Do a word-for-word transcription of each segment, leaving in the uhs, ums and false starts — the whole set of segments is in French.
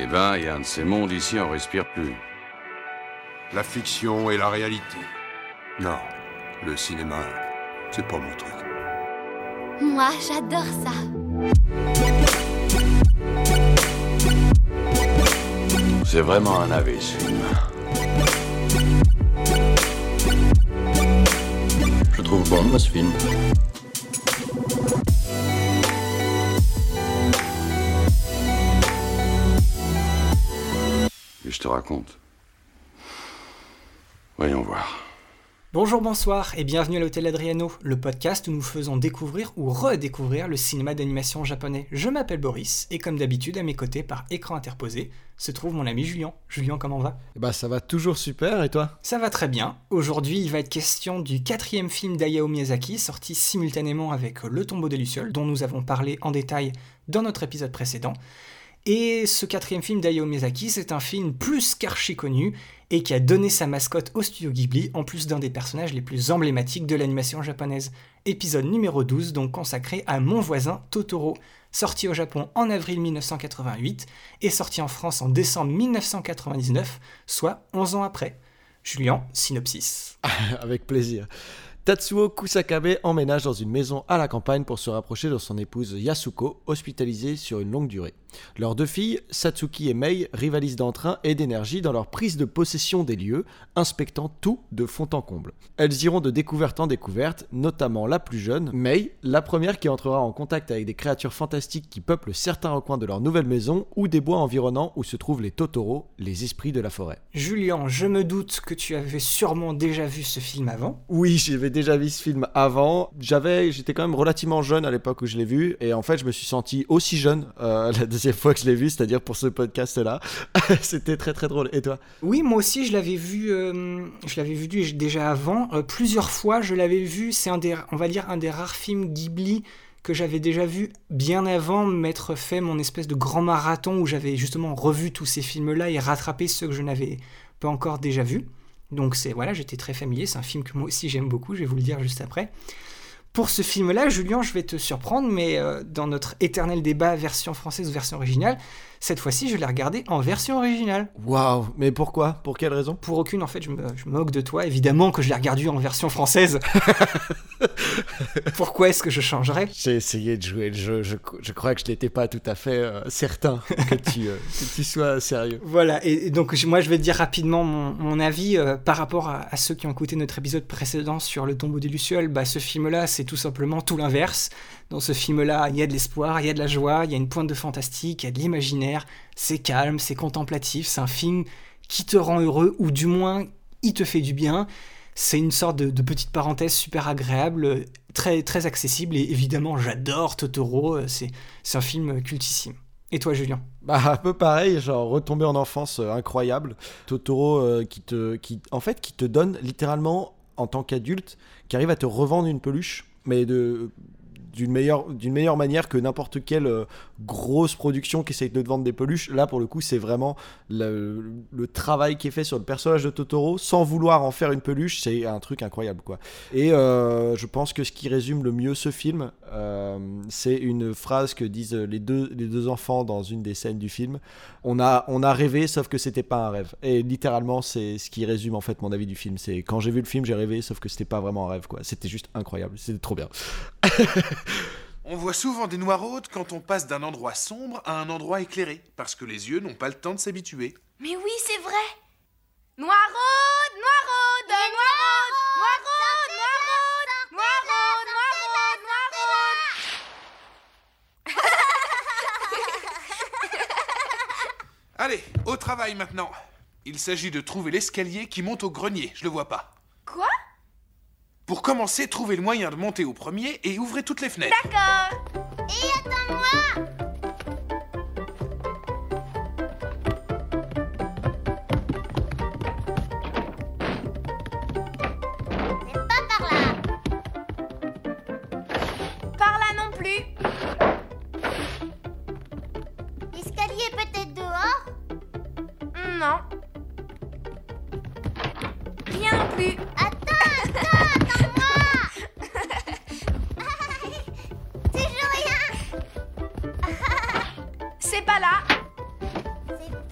Eh ben, il y a un de ces mondes ici, on respire plus. La fiction et la réalité. Non, le cinéma, c'est pas mon truc. Moi, j'adore ça. C'est vraiment un navet, ce film. Je trouve bon, moi, ce film. Et je te raconte. Voyons voir. Bonjour, bonsoir et bienvenue à l'Hôtel Adriano, le podcast où nous faisons découvrir ou redécouvrir le cinéma d'animation japonais. Je m'appelle Boris et comme d'habitude, à mes côtés, par écran interposé, se trouve mon ami Julien. Julien, comment va ? Bah ça va toujours super, et toi ? Ça va très bien. Aujourd'hui, il va être question du quatrième film d'Hayao Miyazaki, sorti simultanément avec Le Tombeau des Lucioles, dont nous avons parlé en détail dans notre épisode précédent. Et ce quatrième film d'Hayao Miyazaki, c'est un film plus qu'archi connu et qui a donné sa mascotte au studio Ghibli, en plus d'un des personnages les plus emblématiques de l'animation japonaise. Épisode numéro douze, donc consacré à Mon voisin Totoro, sorti au Japon en avril mille neuf cent quatre-vingt-huit et sorti en France en décembre mille neuf cent quatre-vingt-dix-neuf, soit onze ans après. Julien, synopsis. Avec plaisir. Tatsuo Kusakabe emménage dans une maison à la campagne pour se rapprocher de son épouse Yasuko, hospitalisée sur une longue durée. Leurs deux filles, Satsuki et Mei, rivalisent d'entrain et d'énergie dans leur prise de possession des lieux, inspectant tout de fond en comble. Elles iront de découverte en découverte, notamment la plus jeune, Mei, la première qui entrera en contact avec des créatures fantastiques qui peuplent certains recoins de leur nouvelle maison ou des bois environnants où se trouvent les Totoro, les esprits de la forêt. Julien, je me doute que tu avais sûrement déjà vu ce film avant. Oui, j'avais déjà vu ce film avant. J'avais, j'étais quand même relativement jeune à l'époque où je l'ai vu, et en fait je me suis senti aussi jeune euh, la deuxième fois que je l'ai vu, c'est-à-dire pour ce podcast-là. C'était très très drôle. Et toi ? Oui, moi aussi je l'avais vu, euh, je l'avais vu déjà avant, euh, plusieurs fois. Je l'avais vu. C'est un des, on va dire un des rares films Ghibli que j'avais déjà vu bien avant m'être fait mon espèce de grand marathon où j'avais justement revu tous ces films-là et rattrapé ceux que je n'avais pas encore déjà vus. Donc c'est, voilà, j'étais très familier, c'est un film que moi aussi j'aime beaucoup, je vais vous le dire juste après. Pour ce film-là, Julien, je vais te surprendre, mais euh, dans notre éternel débat version française ou version originale, cette fois-ci, je l'ai regardé en version originale. Waouh, mais pourquoi ? Pour quelle raison ? Pour aucune, en fait, je me, je me moque de toi. Évidemment que je l'ai regardé en version française. Pourquoi est-ce que je changerais ? J'ai essayé de jouer le jeu, je, je crois que je n'étais pas tout à fait euh, certain que tu, euh, que tu sois sérieux. Voilà, et, et donc moi je vais te dire rapidement mon, mon avis euh, par rapport à, à ceux qui ont écouté notre épisode précédent sur Le Tombeau des Lucioles. Bah, ce film-là, c'est tout simplement tout l'inverse. Dans ce film-là, il y a de l'espoir, il y a de la joie, il y a une pointe de fantastique, il y a de l'imaginaire, c'est calme, c'est contemplatif, c'est un film qui te rend heureux, ou du moins, il te fait du bien. C'est une sorte de, de petite parenthèse super agréable, très, très accessible, et évidemment, j'adore Totoro, c'est, c'est un film cultissime. Et toi, Julien ? Bah, un peu pareil, genre retomber en enfance euh, incroyable. Totoro euh, qui, te, qui, en fait, qui te donne littéralement, en tant qu'adulte, qui arrive à te revendre une peluche, mais de... D'une meilleure, d'une meilleure manière que n'importe quelle euh, grosse production qui essaye de te vendre des peluches. Là, pour le coup, c'est vraiment le, le travail qui est fait sur le personnage de Totoro, sans vouloir en faire une peluche, c'est un truc incroyable, quoi. Et euh, je pense que ce qui résume le mieux ce film, euh, c'est une phrase que disent les deux, les deux enfants dans une des scènes du film. On a, on a rêvé, sauf que c'était pas un rêve. Et littéralement, c'est ce qui résume en fait mon avis du film. C'est quand j'ai vu le film, j'ai rêvé, sauf que c'était pas vraiment un rêve, quoi. C'était juste incroyable, c'était trop bien. On voit souvent des noiraudes quand on passe d'un endroit sombre à un endroit éclairé, parce que les yeux n'ont pas le temps de s'habituer. Mais oui, c'est vrai. Noiraude, noiraude, noiraude, noiraude, noiraude, noiraude, noiraude, noiraude. Allez, au travail maintenant. Il s'agit de trouver l'escalier qui monte au grenier, je le vois pas. Quoi ? Pour commencer, trouvez le moyen de monter au premier et ouvrez toutes les fenêtres. D'accord. Et attends-moi. C'est pas par là. Par là non plus. L'escalier est peut-être dehors ? Non. Rien non plus. Attends, attends, attends-moi. Toujours rien. C'est pas là. C'est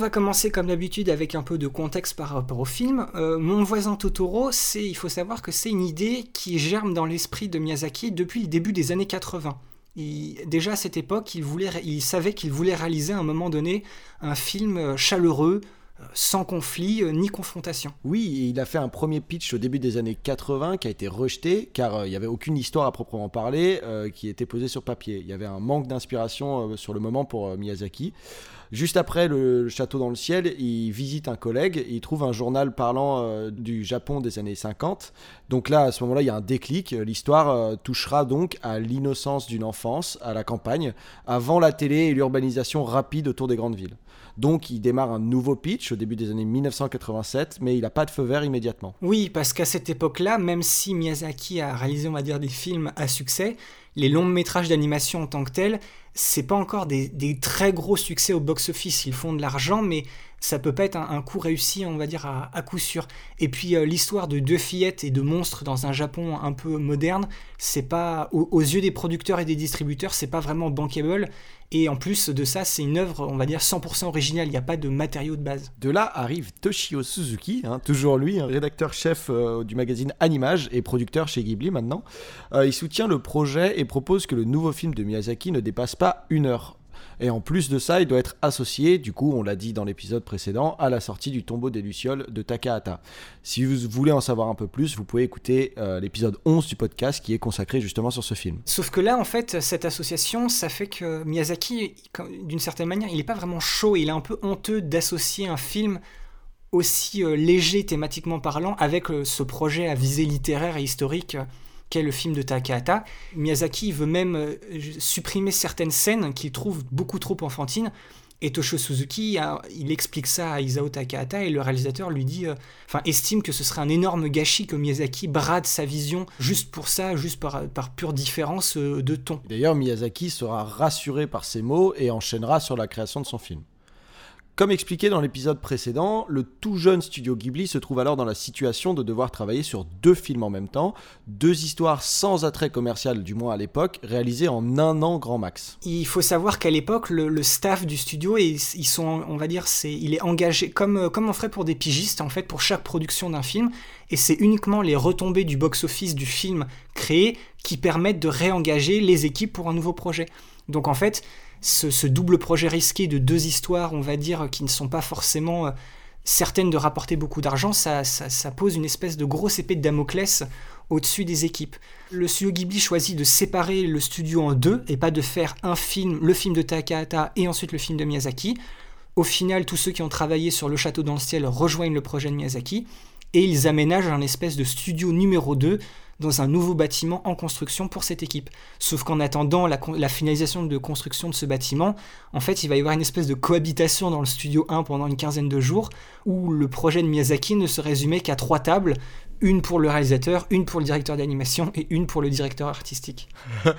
va commencer comme d'habitude avec un peu de contexte par rapport au film. Euh, Mon voisin Totoro, c'est, il faut savoir que c'est une idée qui germe dans l'esprit de Miyazaki depuis le début des années quatre-vingts. Il, déjà à cette époque, il, voulait, il savait qu'il voulait réaliser à un moment donné un film chaleureux, sans conflit euh, ni confrontation. Oui, il a fait un premier pitch au début des années quatre-vingts qui a été rejeté car euh, il n'y avait aucune histoire à proprement parler euh, qui était posée sur papier. Il y avait un manque d'inspiration euh, sur le moment pour euh, Miyazaki. Juste après le, le château dans le ciel, il visite un collègue, il trouve un journal parlant euh, du Japon des années cinquante. Donc là, à ce moment-là, il y a un déclic. L'histoire euh, touchera donc à l'innocence d'une enfance, à la campagne, avant la télé et l'urbanisation rapide autour des grandes villes. Donc il démarre un nouveau pitch au début des années dix-neuf cent quatre-vingt-sept, mais il n'a pas de feu vert immédiatement. Oui, parce qu'à cette époque-là, même si Miyazaki a réalisé, on va dire, des films à succès, les longs métrages d'animation en tant que tels, c'est pas encore des, des très gros succès au box-office. Ils font de l'argent, mais ça peut pas être un, un coup réussi, on va dire, à, à coup sûr. Et puis euh, l'histoire de deux fillettes et de monstres dans un Japon un peu moderne, c'est pas, aux, aux yeux des producteurs et des distributeurs, c'est pas vraiment bankable. Et en plus de ça, c'est une œuvre, on va dire, cent pour cent originale, il n'y a pas de matériaux de base. De là arrive Toshio Suzuki, hein, toujours lui, un rédacteur-chef euh, du magazine Animage et producteur chez Ghibli maintenant. Euh, il soutient le projet et propose que le nouveau film de Miyazaki ne dépasse pas une heure. Et en plus de ça, il doit être associé, du coup, on l'a dit dans l'épisode précédent, à la sortie du Tombeau des Lucioles de Takahata. Si vous voulez en savoir un peu plus, vous pouvez écouter euh, l'épisode onze du podcast qui est consacré justement sur ce film. Sauf que là, en fait, cette association, ça fait que Miyazaki, d'une certaine manière, il n'est pas vraiment chaud, il est un peu honteux d'associer un film aussi euh, léger thématiquement parlant avec euh, ce projet à visée littéraire et historique euh, qu'est le film de Takahata. Miyazaki veut même euh, supprimer certaines scènes qu'il trouve beaucoup trop enfantines. Et Toshio Suzuki, euh, il explique ça à Isao Takahata et le réalisateur lui dit, euh, enfin estime que ce serait un énorme gâchis que Miyazaki brade sa vision juste pour ça, juste par, par pure différence euh, de ton. D'ailleurs, Miyazaki sera rassuré par ces mots et enchaînera sur la création de son film. Comme expliqué dans l'épisode précédent, le tout jeune studio Ghibli se trouve alors dans la situation de devoir travailler sur deux films en même temps, deux histoires sans attrait commercial, du moins à l'époque, réalisées en un an grand max. Il faut savoir qu'à l'époque, le, le staff du studio, ils, ils sont, on va dire, c'est, il est engagé comme, comme on ferait pour des pigistes, en fait, pour chaque production d'un film, et c'est uniquement les retombées du box-office du film créé qui permettent de réengager les équipes pour un nouveau projet. Donc en fait, Ce, ce double projet risqué de deux histoires, on va dire, qui ne sont pas forcément euh, certaines de rapporter beaucoup d'argent, ça, ça, ça pose une espèce de grosse épée de Damoclès au-dessus des équipes. Le studio Ghibli choisit de séparer le studio en deux et pas de faire un film, le film de Takahata et ensuite le film de Miyazaki. Au final, tous ceux qui ont travaillé sur Le Château dans le ciel rejoignent le projet de Miyazaki et ils aménagent un espèce de studio numéro deux dans un nouveau bâtiment en construction pour cette équipe. Sauf qu'en attendant la, la finalisation de construction de ce bâtiment, en fait, il va y avoir une espèce de cohabitation dans le studio un pendant une quinzaine de jours, où le projet de Miyazaki ne se résumait qu'à trois tables, une pour le réalisateur, une pour le directeur d'animation et une pour le directeur artistique.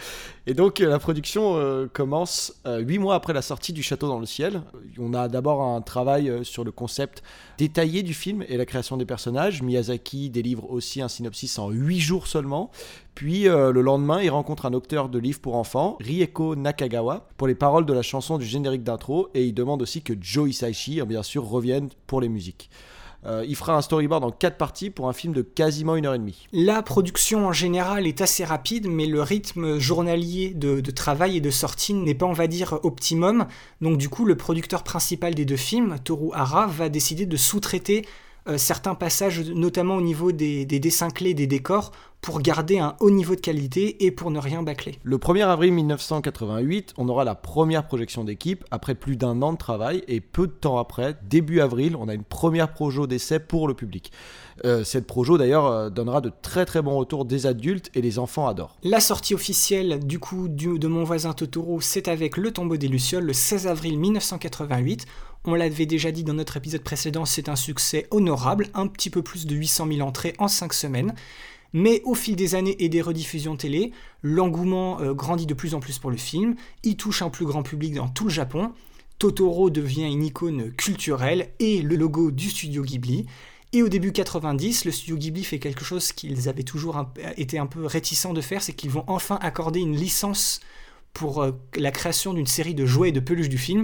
Et donc la production euh, commence euh, huit mois après la sortie du Château dans le ciel. On a d'abord un travail euh, sur le concept détaillé du film et la création des personnages. Miyazaki délivre aussi un synopsis en huit jours seulement. Puis euh, le lendemain, il rencontre un auteur de livres pour enfants, Rieko Nakagawa, pour les paroles de la chanson du générique d'intro, et il demande aussi que Joe Hisaishi, bien sûr, revienne pour les musiques. Euh, il fera un storyboard en quatre parties pour un film de quasiment une heure et demie. La production en général est assez rapide, mais le rythme journalier de, de travail et de sortie n'est pas, on va dire, optimum. Donc du coup, le producteur principal des deux films, Toru Hara, va décider de sous-traiter euh, certains passages, notamment au niveau des, des dessins clés des décors, pour garder un haut niveau de qualité et pour ne rien bâcler. Le premier avril dix-neuf cent quatre-vingt-huit, on aura la première projection d'équipe après plus d'un an de travail, et peu de temps après, début avril, on a une première projo d'essai pour le public. Euh, cette projo d'ailleurs euh, donnera de très très bons retours des adultes et les enfants adorent. La sortie officielle du coup du, de Mon voisin Totoro, c'est avec Le Tombeau des Lucioles le seize avril dix-neuf cent quatre-vingt-huit. On l'avait déjà dit dans notre épisode précédent, c'est un succès honorable, un petit peu plus de huit cent mille entrées en cinq semaines. Mais au fil des années et des rediffusions télé, l'engouement euh, grandit de plus en plus pour le film, il touche un plus grand public dans tout le Japon, Totoro devient une icône culturelle et le logo du studio Ghibli, et au début quatre-vingt-dix, le studio Ghibli fait quelque chose qu'ils avaient toujours un, été un peu réticents de faire, c'est qu'ils vont enfin accorder une licence pour euh, la création d'une série de jouets et de peluches du film,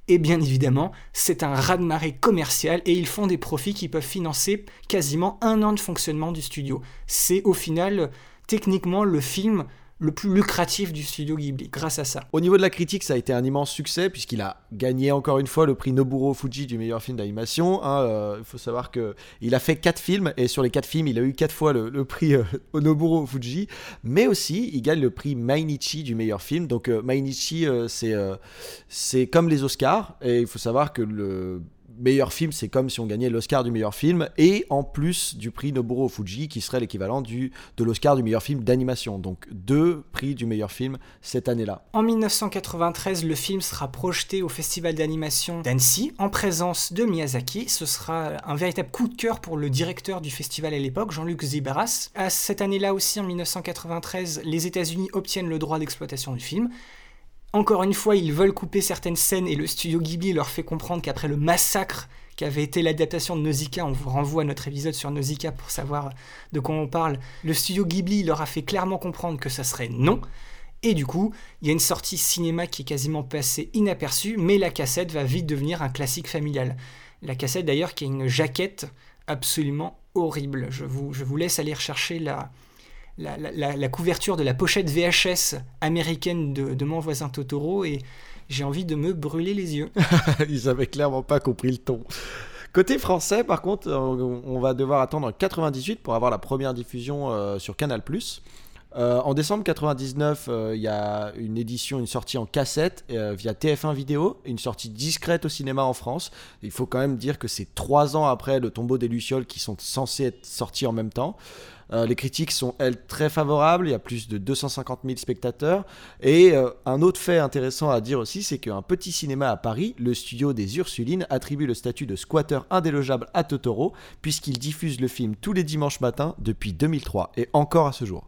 Et bien évidemment, c'est un raz-de-marée commercial et ils font des profits qui peuvent financer quasiment un an de fonctionnement du studio. C'est au final, techniquement, le film le plus lucratif du studio Ghibli, grâce à ça. Au niveau de la critique, ça a été un immense succès, puisqu'il a gagné encore une fois le prix Noboru Fuji du meilleur film d'animation. Il hein, euh, faut savoir qu'il a fait quatre films, et sur les quatre films, il a eu quatre fois le, le prix euh, Noboru Fuji, mais aussi, il gagne le prix Mainichi du meilleur film. Donc euh, Mainichi, euh, c'est, euh, c'est comme les Oscars, et il faut savoir que le meilleur film, c'est comme si on gagnait l'Oscar du meilleur film, et en plus du prix Noboru Fuji, qui serait l'équivalent du, de l'Oscar du meilleur film d'animation. Donc deux prix du meilleur film cette année-là. En dix-neuf cent quatre-vingt-treize, le film sera projeté au Festival d'animation d'Annecy, en présence de Miyazaki. Ce sera un véritable coup de cœur pour le directeur du festival à l'époque, Jean-Luc Zibras. À cette année-là aussi, en dix-neuf cent quatre-vingt-treize, les États-Unis obtiennent le droit d'exploitation du film. Encore une fois, ils veulent couper certaines scènes et le studio Ghibli leur fait comprendre qu'après le massacre qu'avait été l'adaptation de Nausicaa, on vous renvoie à notre épisode sur Nausicaa pour savoir de quoi on parle, le studio Ghibli leur a fait clairement comprendre que ça serait non. Et du coup, il y a une sortie cinéma qui est quasiment passée inaperçue, mais la cassette va vite devenir un classique familial. La cassette d'ailleurs qui a une jaquette absolument horrible. Je vous, je vous laisse aller rechercher la... La, la, la couverture de la pochette V H S américaine de, de Mon voisin Totoro et j'ai envie de me brûler les yeux. Ils avaient clairement pas compris le ton. Côté français, par contre, on va devoir attendre quatre-vingt-dix-huit pour avoir la première diffusion euh, sur Canal plus. Euh, en décembre quatre-vingt-dix-neuf, il euh, y a une édition, une sortie en cassette euh, via T F un Vidéo, une sortie discrète au cinéma en France. Il faut quand même dire que c'est trois ans après Le Tombeau des Lucioles qui sont censés être sortis en même temps. Euh, les critiques sont, elles, très favorables. Il y a plus de deux cent cinquante mille spectateurs. Et euh, un autre fait intéressant à dire aussi, c'est qu'un petit cinéma à Paris, le studio des Ursulines, attribue le statut de squatter indélogeable à Totoro, puisqu'il diffuse le film tous les dimanches matins depuis deux mille trois, et encore à ce jour.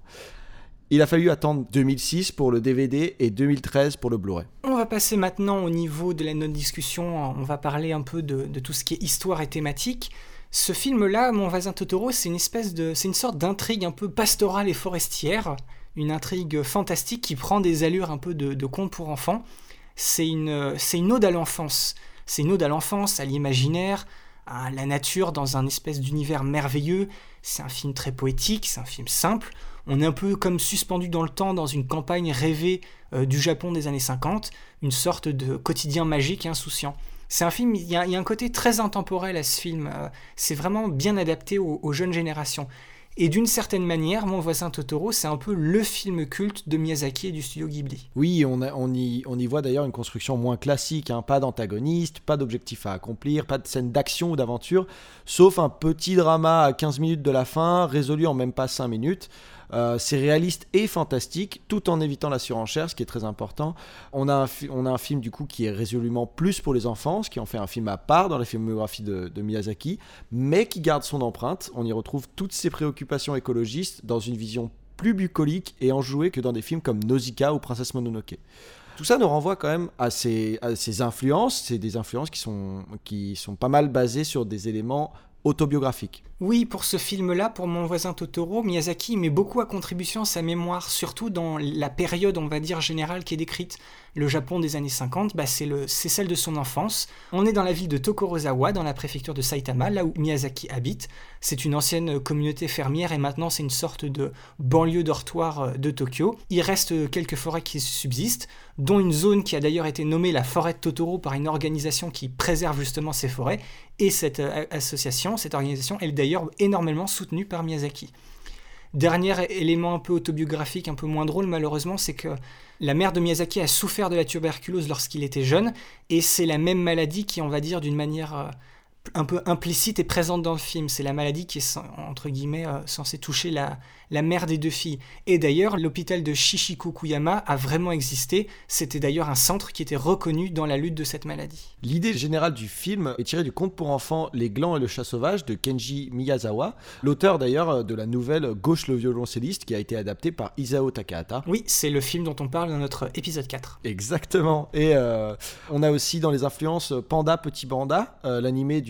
Il a fallu attendre deux mille six pour le D V D et deux mille treize pour le Blu-ray. On va passer maintenant au niveau de la notre discussion. On va parler un peu de, de tout ce qui est histoire et thématique. Ce film-là, Mon voisin Totoro, c'est une espèce de, c'est une sorte d'intrigue un peu pastorale et forestière, une intrigue fantastique qui prend des allures un peu de, de conte pour enfants. C'est une, c'est une ode à l'enfance. C'est une ode à l'enfance, à l'imaginaire, à la nature dans un espèce d'univers merveilleux. C'est un film très poétique, c'est un film simple. On est un peu comme suspendu dans le temps dans une campagne rêvée euh, du Japon des années cinquante, une sorte de quotidien magique et insouciant. C'est un film, il y, y a un côté très intemporel à ce film, euh, c'est vraiment bien adapté aux, aux jeunes générations. Et d'une certaine manière, Mon voisin Totoro, c'est un peu le film culte de Miyazaki et du studio Ghibli. Oui, on, a, on, y, on y voit d'ailleurs une construction moins classique, hein, pas d'antagoniste, pas d'objectif à accomplir, pas de scène d'action ou d'aventure, sauf un petit drama à quinze minutes de la fin, résolu en même pas cinq minutes. Euh, c'est réaliste et fantastique, tout en évitant la surenchère, ce qui est très important. On a, un fi- on a un film du coup qui est résolument plus pour les enfants, ce qui en fait un film à part dans la filmographie de, de Miyazaki, mais qui garde son empreinte. On y retrouve toutes ses préoccupations écologistes dans une vision plus bucolique et enjouée que dans des films comme Nausicaa ou Princesse Mononoke. Tout ça nous renvoie quand même à ses, à ses influences. C'est des influences qui sont, qui sont pas mal basées sur des éléments autobiographique. Oui, pour ce film-là, pour Mon voisin Totoro, Miyazaki met beaucoup à contribution sa mémoire, surtout dans la période, on va dire, générale qui est décrite. Le Japon des années cinquante, bah c'est, le, c'est celle de son enfance. On est dans la ville de Tokorozawa, dans la préfecture de Saitama, là où Miyazaki habite. C'est une ancienne communauté fermière et maintenant c'est une sorte de banlieue dortoir de Tokyo. Il reste quelques forêts qui subsistent, dont une zone qui a d'ailleurs été nommée la forêt de Totoro par une organisation qui préserve justement ces forêts. Et cette association, cette organisation, elle est d'ailleurs énormément soutenue par Miyazaki. Dernier élément un peu autobiographique, un peu moins drôle malheureusement, c'est que la mère de Miyazaki a souffert de la tuberculose lorsqu'il était jeune, et c'est la même maladie qui, on va dire, d'une manière euh, un peu implicite et présente dans le film. C'est la maladie qui est, entre guillemets, euh, censée toucher la, la mère des deux filles. Et d'ailleurs, l'hôpital de Shichikokuyama a vraiment existé. C'était d'ailleurs un centre qui était reconnu dans la lutte de cette maladie. L'idée générale du film est tirée du conte pour enfants Les Glands et le Chat Sauvage de Kenji Miyazawa, l'auteur d'ailleurs de la nouvelle Gauche le violoncelliste qui a été adaptée par Isao Takahata. Oui, c'est le film dont on parle dans notre épisode quatre. Exactement. Et euh, on a aussi dans les influences Panda Petit Panda, euh, l'animé du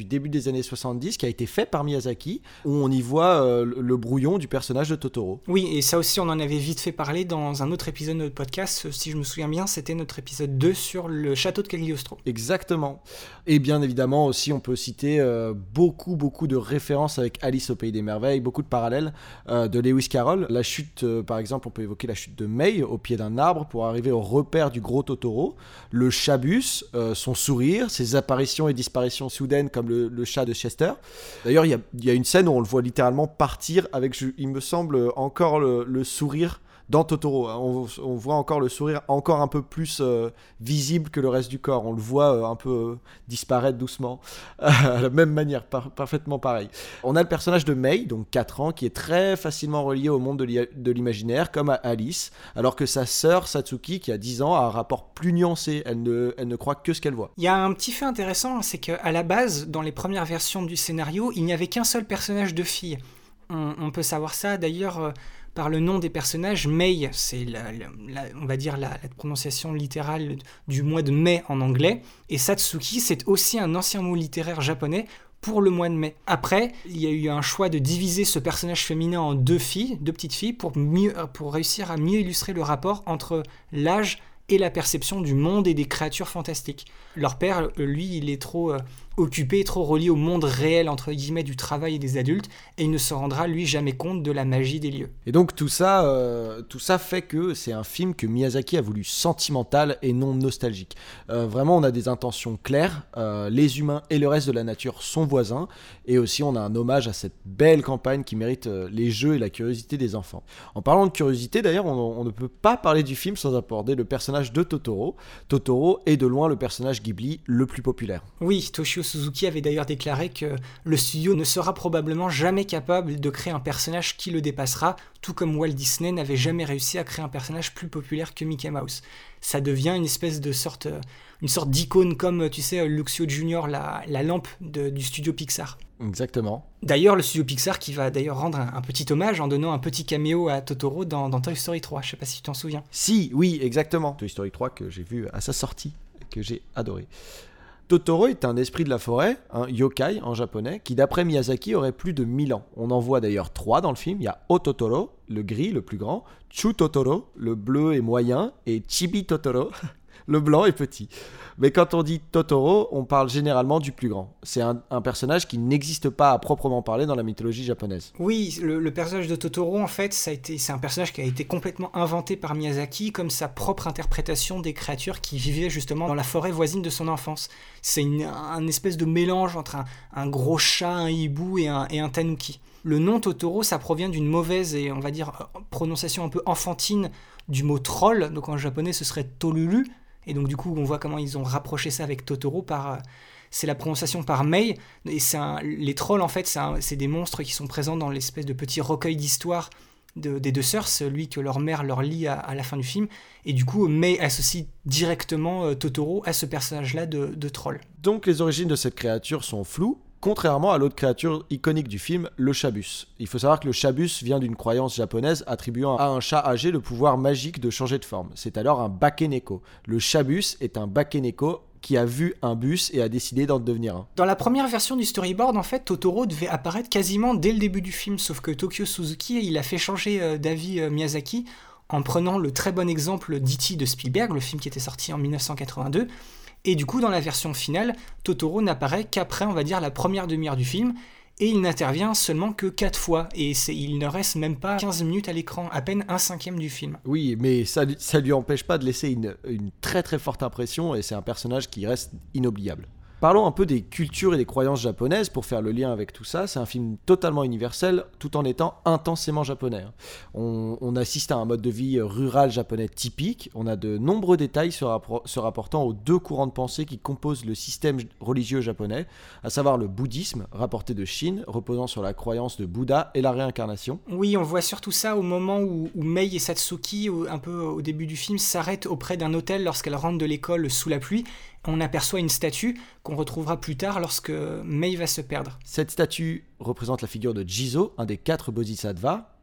début des années soixante-dix qui a été fait par Miyazaki, où on y voit euh, le brouillon du personnage de Totoro. Oui, et ça aussi on en avait vite fait parler dans un autre épisode de notre podcast, si je me souviens bien, c'était notre épisode deux sur le château de Cagliostro. Exactement. Et bien évidemment aussi on peut citer euh, beaucoup beaucoup de références avec Alice au Pays des Merveilles, beaucoup de parallèles euh, de Lewis Carroll. La chute, euh, par exemple, on peut évoquer la chute de Mei au pied d'un arbre pour arriver au repère du gros Totoro, le chat-bus, euh, son sourire, ses apparitions et disparitions soudaines comme le, le chat de Chester. D'ailleurs, il y, y a une scène où on le voit littéralement partir avec, je, il me semble, encore le, le sourire dans Totoro. On, on voit encore le sourire encore un peu plus euh, visible que le reste du corps. On le voit euh, un peu euh, disparaître doucement. À la même manière, par, parfaitement pareil. On a le personnage de Mei, donc quatre ans, qui est très facilement relié au monde de, l'i- de l'imaginaire, comme à Alice, alors que sa sœur Satsuki, qui a dix ans, a un rapport plus nuancé. Elle ne, elle ne croit que ce qu'elle voit. Il y a un petit fait intéressant, c'est qu'à la base, dans les premières versions du scénario, il n'y avait qu'un seul personnage de fille. On, on peut savoir ça d'ailleurs euh, par le nom des personnages. Mei, c'est la, la, la, on va dire la, la prononciation littérale du mois de mai en anglais, et Satsuki, c'est aussi un ancien mot littéraire japonais pour le mois de mai. Après, il y a eu un choix de diviser ce personnage féminin en deux filles, deux petites filles, pour, mieux, pour réussir à mieux illustrer le rapport entre l'âge et la perception du monde et des créatures fantastiques. Leur père, lui, il est trop euh, occupé, trop relié au monde réel, entre guillemets, du travail et des adultes, et il ne se rendra, lui, jamais compte de la magie des lieux. Et donc tout ça, euh, tout ça fait que c'est un film que Miyazaki a voulu sentimental et non nostalgique. Euh, vraiment, on a des intentions claires, euh, les humains et le reste de la nature sont voisins, et aussi on a un hommage à cette belle campagne qui mérite euh, les jeux et la curiosité des enfants. En parlant de curiosité, d'ailleurs, on, on ne peut pas parler du film sans aborder le personnage de Totoro. Totoro est de loin le personnage Ghibli le plus populaire. Oui, Toshio Suzuki avait d'ailleurs déclaré que le studio ne sera probablement jamais capable de créer un personnage qui le dépassera, tout comme Walt Disney n'avait jamais réussi à créer un personnage plus populaire que Mickey Mouse. Ça devient une espèce de sorte, une sorte d'icône comme, tu sais, Luxio Junior, la, la lampe de, du studio Pixar. Exactement. D'ailleurs, le studio Pixar qui va d'ailleurs rendre un, un petit hommage en donnant un petit caméo à Totoro dans, dans Toy Story trois, je sais pas si tu t'en souviens. Si, oui, exactement. Toy Story trois que j'ai vu à sa sortie, que j'ai adoré. Totoro est un esprit de la forêt, un yokai en japonais, qui d'après Miyazaki aurait plus de mille ans. On en voit d'ailleurs trois dans le film. Il y a O-Totoro, le gris, le plus grand, Chu-Totoro, le bleu et moyen, et Chibi-Totoro, le blanc et petit. Mais quand on dit Totoro, on parle généralement du plus grand. C'est un, un personnage qui n'existe pas à proprement parler dans la mythologie japonaise. Oui, le, le personnage de Totoro, en fait, ça a été, c'est un personnage qui a été complètement inventé par Miyazaki comme sa propre interprétation des créatures qui vivaient justement dans la forêt voisine de son enfance. C'est une, un espèce de mélange entre un, un gros chat, un hibou et un, et un tanuki. Le nom Totoro, ça provient d'une mauvaise et, on va dire, prononciation un peu enfantine du mot troll. Donc en japonais, ce serait Tolulu. Et donc du coup, on voit comment ils ont rapproché ça avec Totoro par... C'est la prononciation par Mei. Et c'est un, les trolls, en fait, c'est, un, c'est des monstres qui sont présents dans l'espèce de petit recueil d'histoires de, des deux sœurs, celui que leur mère leur lit à, à la fin du film. Et du coup, Mei associe directement euh, Totoro à ce personnage-là de, de troll. Donc les origines de cette créature sont floues, contrairement à l'autre créature iconique du film, le chabus. Il faut savoir que le chabus vient d'une croyance japonaise attribuant à un chat âgé le pouvoir magique de changer de forme. C'est alors un bakeneko. Le chabus est un bakeneko qui a vu un bus et a décidé d'en devenir un. Dans la première version du storyboard, en fait, Totoro devait apparaître quasiment dès le début du film, sauf que Tokyo Suzuki, il a fait changer euh, d'avis euh, Miyazaki en prenant le très bon exemple d'E T de Spielberg, le film qui était sorti en dix-neuf cent quatre-vingt-deux. Et du coup, dans la version finale, Totoro n'apparaît qu'après, on va dire, la première demi-heure du film, et il n'intervient seulement que quatre fois, et c'est, il ne reste même pas quinze minutes à l'écran, à peine un cinquième du film. Oui, mais ça ne lui empêche pas de laisser une, une très très forte impression, et c'est un personnage qui reste inoubliable. Parlons un peu des cultures et des croyances japonaises pour faire le lien avec tout ça. C'est un film totalement universel tout en étant intensément japonais. On, on assiste à un mode de vie rural japonais typique. On a de nombreux détails se, rappro- se rapportant aux deux courants de pensée qui composent le système religieux japonais, à savoir le bouddhisme, rapporté de Chine, reposant sur la croyance de Bouddha et la réincarnation. Oui, on voit surtout ça au moment où, où Mei et Satsuki, au, un peu au début du film, s'arrêtent auprès d'un hôtel lorsqu'elles rentrent de l'école sous la pluie. On aperçoit une statue qu'on retrouvera plus tard lorsque Mei va se perdre. Cette statue représente la figure de Jizo, un des quatre bodhisattvas,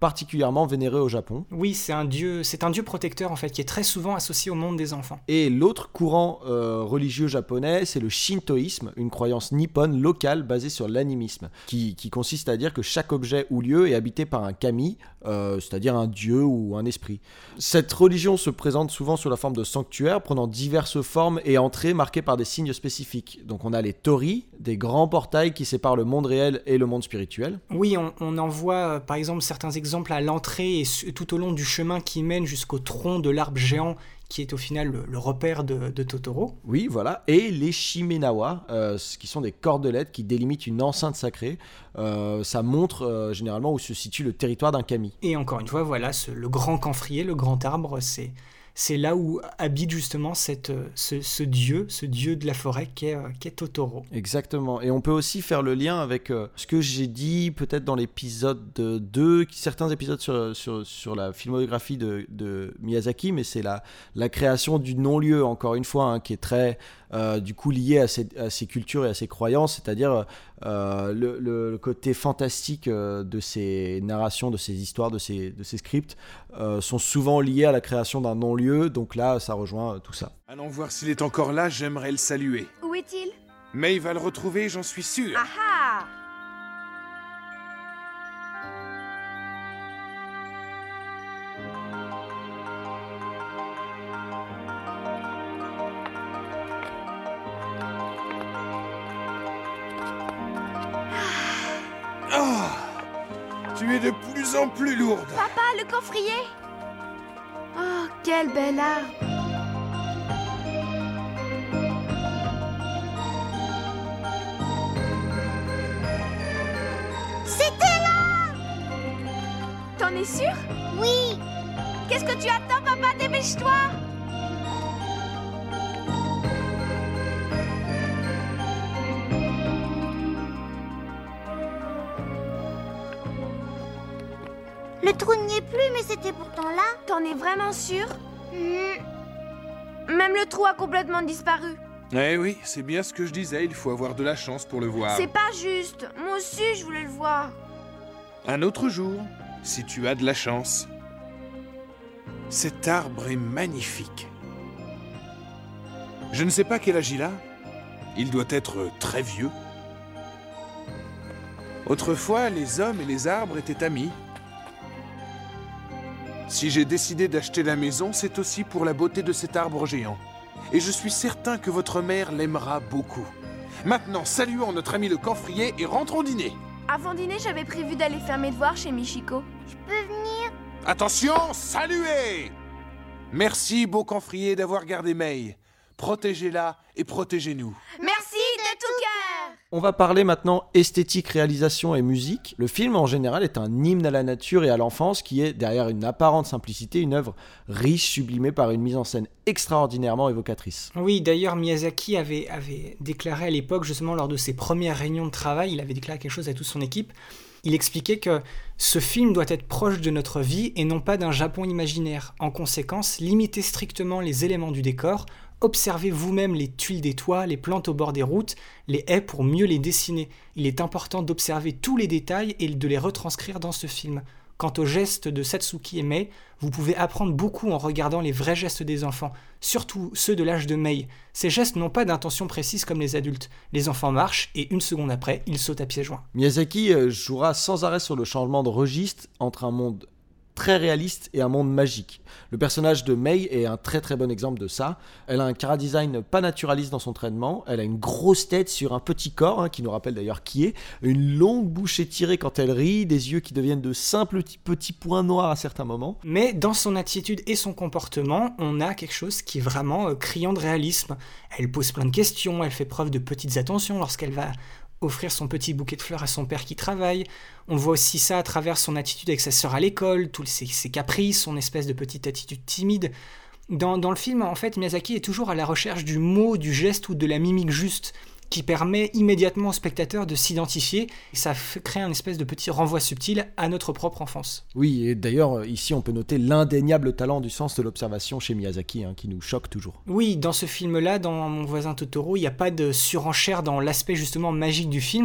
particulièrement vénéré au Japon. Oui, c'est un dieu, c'est un dieu protecteur en fait, qui est très souvent associé au monde des enfants. Et l'autre courant euh, religieux japonais, c'est le shintoïsme, une croyance nippone locale basée sur l'animisme, qui, qui consiste à dire que chaque objet ou lieu est habité par un kami, euh, c'est-à-dire un dieu ou un esprit. Cette religion se présente souvent sous la forme de sanctuaires, prenant diverses formes et entrées marquées par des signes spécifiques. Donc on a les torii, des grands portails qui séparent le monde réel et le monde spirituel. Oui, on, on en voit euh, par exemple certains exemples à l'entrée et su- tout au long du chemin qui mène jusqu'au tronc de l'arbre géant qui est au final le, le repère de, de Totoro. Oui, voilà. Et les shimenawa, euh, qui sont des cordelettes qui délimitent une enceinte sacrée. Euh, ça montre euh, généralement où se situe le territoire d'un kami. Et encore une fois, voilà, ce, le grand camphrier, le grand arbre, c'est... C'est là où habite justement cette, ce, ce dieu, ce dieu de la forêt qu'est, qu'est Totoro. Exactement. Et on peut aussi faire le lien avec euh, ce que j'ai dit peut-être dans l'épisode deux, certains épisodes sur, sur, sur la filmographie de, de Miyazaki, mais c'est la, la création du non-lieu, encore une fois, hein, qui est très euh, du coup lié à ses, à ses cultures et à ses croyances, c'est-à-dire euh, le, le, le côté fantastique euh, de ces narrations, de ces histoires, de ces, de ces scripts, euh, sont souvent liés à la création d'un non-lieu. Donc là, ça rejoint euh, tout ça. Allons voir s'il est encore là, j'aimerais le saluer. Où est-il? May va le retrouver, j'en suis sûr. Ah ah! Oh, tu es de plus en plus lourde. Papa, le coffrier? Oh, quel bel arbre! C'était là! T'en es sûr? Oui! Qu'est-ce que tu attends, papa? Dépêche-toi! Le trou n'y est plus, mais c'était pourtant là. T'en es vraiment sûr? Mmh. Même le trou a complètement disparu. Eh oui, c'est bien ce que je disais, il faut avoir de la chance pour le voir. C'est pas juste. Moi aussi, je voulais le voir. Un autre jour, si tu as de la chance. Cet arbre est magnifique. Je ne sais pas quel âge il a. Il doit être très vieux. Autrefois, les hommes et les arbres étaient amis. Si j'ai décidé d'acheter la maison, c'est aussi pour la beauté de cet arbre géant. Et je suis certain que votre mère l'aimera beaucoup. Maintenant, saluons notre ami le camphrier et rentrons dîner. Avant dîner, j'avais prévu d'aller faire mes devoirs chez Michiko. Je peux venir? Attention, saluez! Merci, beau camphrier, d'avoir gardé May. Protégez-la et protégez-nous. Merci de tout cœur! On va parler maintenant esthétique, réalisation et musique. Le film en général est un hymne à la nature et à l'enfance qui est, derrière une apparente simplicité, une œuvre riche, sublimée par une mise en scène extraordinairement évocatrice. Oui, d'ailleurs Miyazaki avait, avait déclaré à l'époque, justement lors de ses premières réunions de travail, il avait déclaré quelque chose à toute son équipe. Il expliquait que ce film doit être proche de notre vie et non pas d'un Japon imaginaire. En conséquence, limitez strictement les éléments du décor, observez vous-même les tuiles des toits, les plantes au bord des routes, les haies pour mieux les dessiner. Il est important d'observer tous les détails et de les retranscrire dans ce film. Quant aux gestes de Satsuki et Mei, vous pouvez apprendre beaucoup en regardant les vrais gestes des enfants, surtout ceux de l'âge de Mei. Ces gestes n'ont pas d'intention précise comme les adultes. Les enfants marchent et une seconde après, ils sautent à pieds joints. Miyazaki jouera sans arrêt sur le changement de registre entre un monde très réaliste et un monde magique. Le personnage de Mei est un très très bon exemple de ça. Elle a un chara-design pas naturaliste dans son traitement, elle a une grosse tête sur un petit corps, hein, qui nous rappelle d'ailleurs qui est, une longue bouche étirée quand elle rit, des yeux qui deviennent de simples petits, petits points noirs à certains moments. Mais dans son attitude et son comportement, on a quelque chose qui est vraiment euh, criant de réalisme. Elle pose plein de questions, elle fait preuve de petites attentions lorsqu'elle va offrir son petit bouquet de fleurs à son père qui travaille. On voit aussi ça à travers son attitude avec sa sœur à l'école, tous ses, ses caprices, son espèce de petite attitude timide. Dans, dans le film, en fait, Miyazaki est toujours à la recherche du mot, du geste ou de la mimique juste, qui permet immédiatement au spectateur de s'identifier, et ça fait, crée un espèce de petit renvoi subtil à notre propre enfance. Oui, et d'ailleurs, ici, on peut noter l'indéniable talent du sens de l'observation chez Miyazaki, hein, qui nous choque toujours. Oui, dans ce film-là, dans Mon voisin Totoro, il n'y a pas de surenchère dans l'aspect justement magique du film.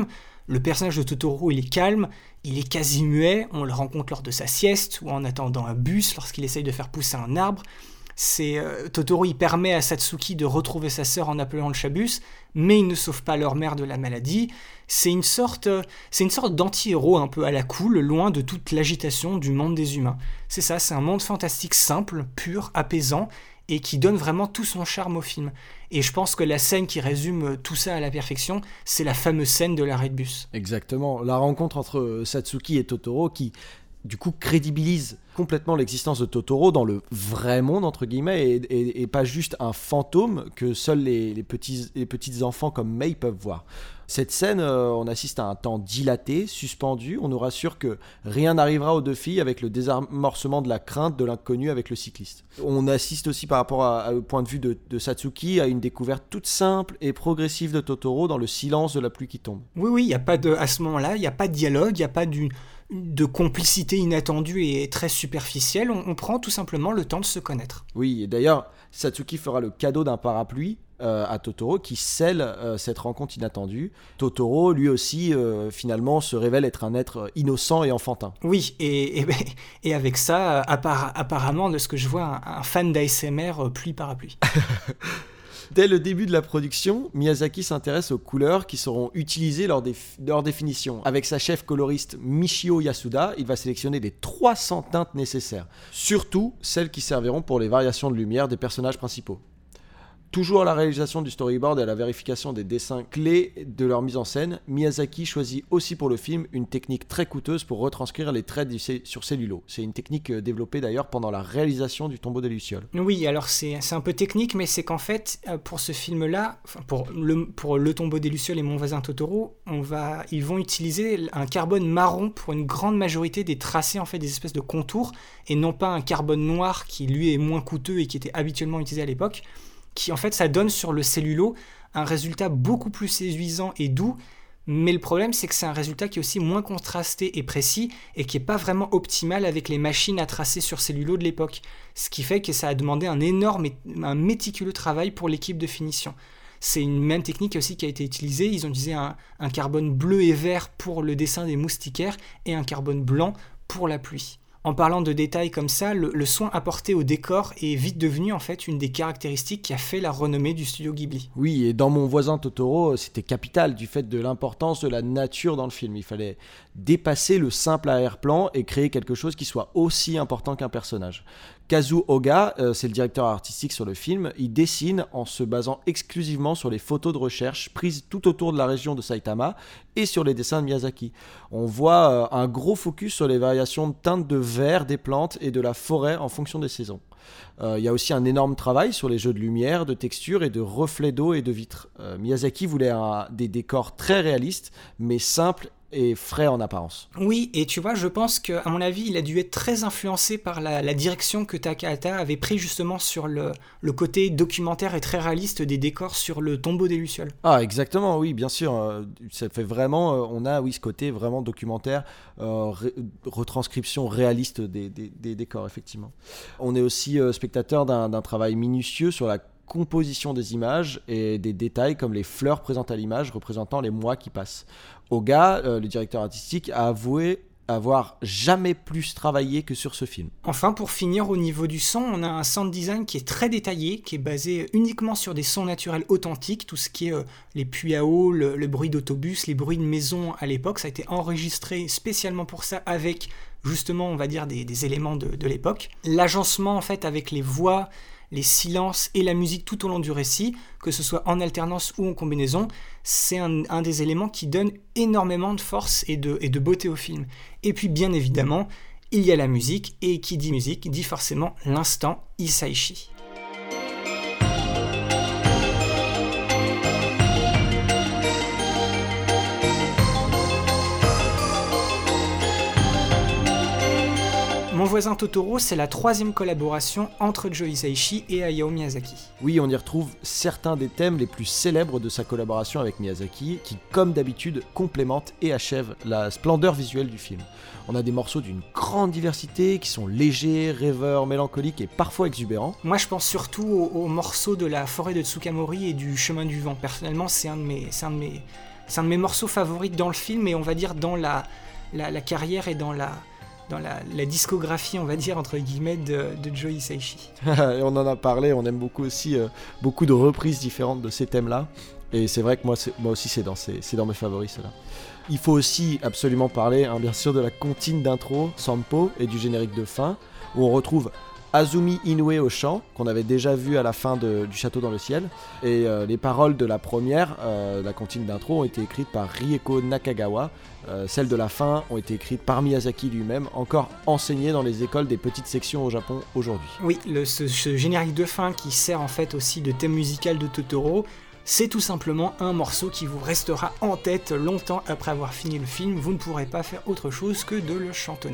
Le personnage de Totoro, il est calme, il est quasi muet, on le rencontre lors de sa sieste ou en attendant un bus lorsqu'il essaye de faire pousser un arbre. C'est, euh, Totoro, il permet à Satsuki de retrouver sa sœur en appelant le chabus, mais il ne sauve pas leur mère de la maladie. C'est une sorte, euh, c'est une sorte d'anti-héros un peu à la cool, loin de toute l'agitation du monde des humains. C'est ça, c'est un monde fantastique simple, pur, apaisant, et qui donne vraiment tout son charme au film. Et je pense que la scène qui résume tout ça à la perfection, c'est la fameuse scène de l'arrêt de bus. Exactement, la rencontre entre Satsuki et Totoro qui, du coup, crédibilise complètement l'existence de Totoro dans le vrai monde, entre guillemets, et, et, et pas juste un fantôme que seuls les, les, petits, les petits enfants comme Mei peuvent voir. Cette scène, euh, on assiste à un temps dilaté, suspendu, on nous rassure que rien n'arrivera aux deux filles avec le désamorcement de la crainte de l'inconnu avec le cycliste. On assiste aussi par rapport à, à, au point de vue de, de Satsuki à une découverte toute simple et progressive de Totoro dans le silence de la pluie qui tombe. Oui, oui, y a pas de, à ce moment-là, il n'y a pas de dialogue, il n'y a pas du... de complicité inattendue et très superficielle, on, on prend tout simplement le temps de se connaître. Oui, et d'ailleurs, Satsuki fera le cadeau d'un parapluie euh, à Totoro qui scelle euh, cette rencontre inattendue. Totoro, lui aussi, euh, finalement, se révèle être un être innocent et enfantin. Oui, et, et, et avec ça, appara- apparemment, de ce que je vois, un, un fan d'A S M R euh, pluie-parapluie. Dès le début de la production, Miyazaki s'intéresse aux couleurs qui seront utilisées lors des, lors des finitions. Avec sa chef coloriste Michio Yasuda, il va sélectionner les trois cents teintes nécessaires. Surtout celles qui serviront pour les variations de lumière des personnages principaux. Toujours à la réalisation du storyboard et à la vérification des dessins clés de leur mise en scène, Miyazaki choisit aussi pour le film une technique très coûteuse pour retranscrire les traits sur cellulo. C'est une technique développée d'ailleurs pendant la réalisation du Tombeau des Lucioles. Oui, alors c'est, c'est un peu technique, mais c'est qu'en fait, pour ce film-là, pour le, pour le Tombeau des Lucioles et Mon voisin Totoro, on va, ils vont utiliser un carbone marron pour une grande majorité des tracés, en fait, des espèces de contours, et non pas un carbone noir qui, lui, est moins coûteux et qui était habituellement utilisé à l'époque, qui en fait ça donne sur le cellulo un résultat beaucoup plus séduisant et doux, mais le problème c'est que c'est un résultat qui est aussi moins contrasté et précis et qui n'est pas vraiment optimal avec les machines à tracer sur cellulo de l'époque, ce qui fait que ça a demandé un énorme et un méticuleux travail pour l'équipe de finition. C'est une même technique aussi qui a été utilisée, ils ont utilisé un, un carbone bleu et vert pour le dessin des moustiquaires et un carbone blanc pour la pluie. En parlant de détails comme ça, le, le soin apporté au décor est vite devenu en fait une des caractéristiques qui a fait la renommée du studio Ghibli. Oui, et dans Mon voisin Totoro, c'était capital du fait de l'importance de la nature dans le film. Il fallait dépasser le simple arrière-plan et créer quelque chose qui soit aussi important qu'un personnage. Kazuo Oga, euh, c'est le directeur artistique sur le film, il dessine en se basant exclusivement sur les photos de recherche prises tout autour de la région de Saitama et sur les dessins de Miyazaki. On voit euh, un gros focus sur les variations de teintes de vert des plantes et de la forêt en fonction des saisons. Euh, il y a aussi un énorme travail sur les jeux de lumière, de texture et de reflets d'eau et de vitres. Euh, Miyazaki voulait un, des décors très réalistes, mais simples et frais en apparence. Oui, et tu vois, je pense qu'à mon avis, il a dû être très influencé par la, la direction que Takahata avait pris justement sur le, le côté documentaire et très réaliste des décors sur le Tombeau des Lucioles. Ah, exactement, oui, bien sûr. Euh, ça fait vraiment, euh, on a, oui, ce côté vraiment documentaire, euh, ré- retranscription réaliste des, des, des décors, effectivement. On est aussi euh, spectateur d'un, d'un travail minutieux sur la composition des images et des détails comme les fleurs présentes à l'image représentant les mois qui passent. Oga, euh, le directeur artistique, a avoué avoir jamais plus travaillé que sur ce film. Enfin, pour finir, au niveau du son, on a un sound design qui est très détaillé, qui est basé uniquement sur des sons naturels authentiques, tout ce qui est euh, les puits à eau, le, le bruit d'autobus, les bruits de maison à l'époque. Ça a été enregistré spécialement pour ça avec, justement, on va dire, des, des éléments de, de l'époque. L'agencement, en fait, avec les voix, les silences et la musique tout au long du récit, que ce soit en alternance ou en combinaison, c'est un, un des éléments qui donne énormément de force et de, et de beauté au film. Et puis bien évidemment, il y a la musique, et qui dit musique dit forcément l'instant Hisaishi. Mon voisin Totoro, c'est la troisième collaboration entre Joe Hisaishi et Hayao Miyazaki. Oui, on y retrouve certains des thèmes les plus célèbres de sa collaboration avec Miyazaki, qui, comme d'habitude, complémentent et achèvent la splendeur visuelle du film. On a des morceaux d'une grande diversité, qui sont légers, rêveurs, mélancoliques et parfois exubérants. Moi, je pense surtout aux, aux morceaux de la forêt de Tsukamori et du chemin du vent. Personnellement, c'est un de mes... C'est un de mes... c'est un de mes morceaux favoris dans le film et on va dire dans la, la, la carrière et dans la, dans la, la discographie, on va dire, entre guillemets, de, de Joe Hisaishi. Et on en a parlé, on aime beaucoup aussi euh, beaucoup de reprises différentes de ces thèmes-là. Et c'est vrai que moi, c'est, moi aussi, c'est dans, c'est, c'est dans mes favoris, ceux-là. Il faut aussi absolument parler, hein, bien sûr, de la comptine d'intro, Sampo, et du générique de fin, où on retrouve Azumi Inoue au chant, qu'on avait déjà vu à la fin de, du Château dans le ciel. Et euh, les paroles de la première, euh, la comptine d'intro, ont été écrites par Rieko Nakagawa. Euh, celles de la fin ont été écrites par Miyazaki lui-même, encore enseignées dans les écoles des petites sections au Japon aujourd'hui. Oui, le, ce, ce générique de fin qui sert en fait aussi de thème musical de Totoro, c'est tout simplement un morceau qui vous restera en tête longtemps après avoir fini le film. Vous ne pourrez pas faire autre chose que de le chantonner.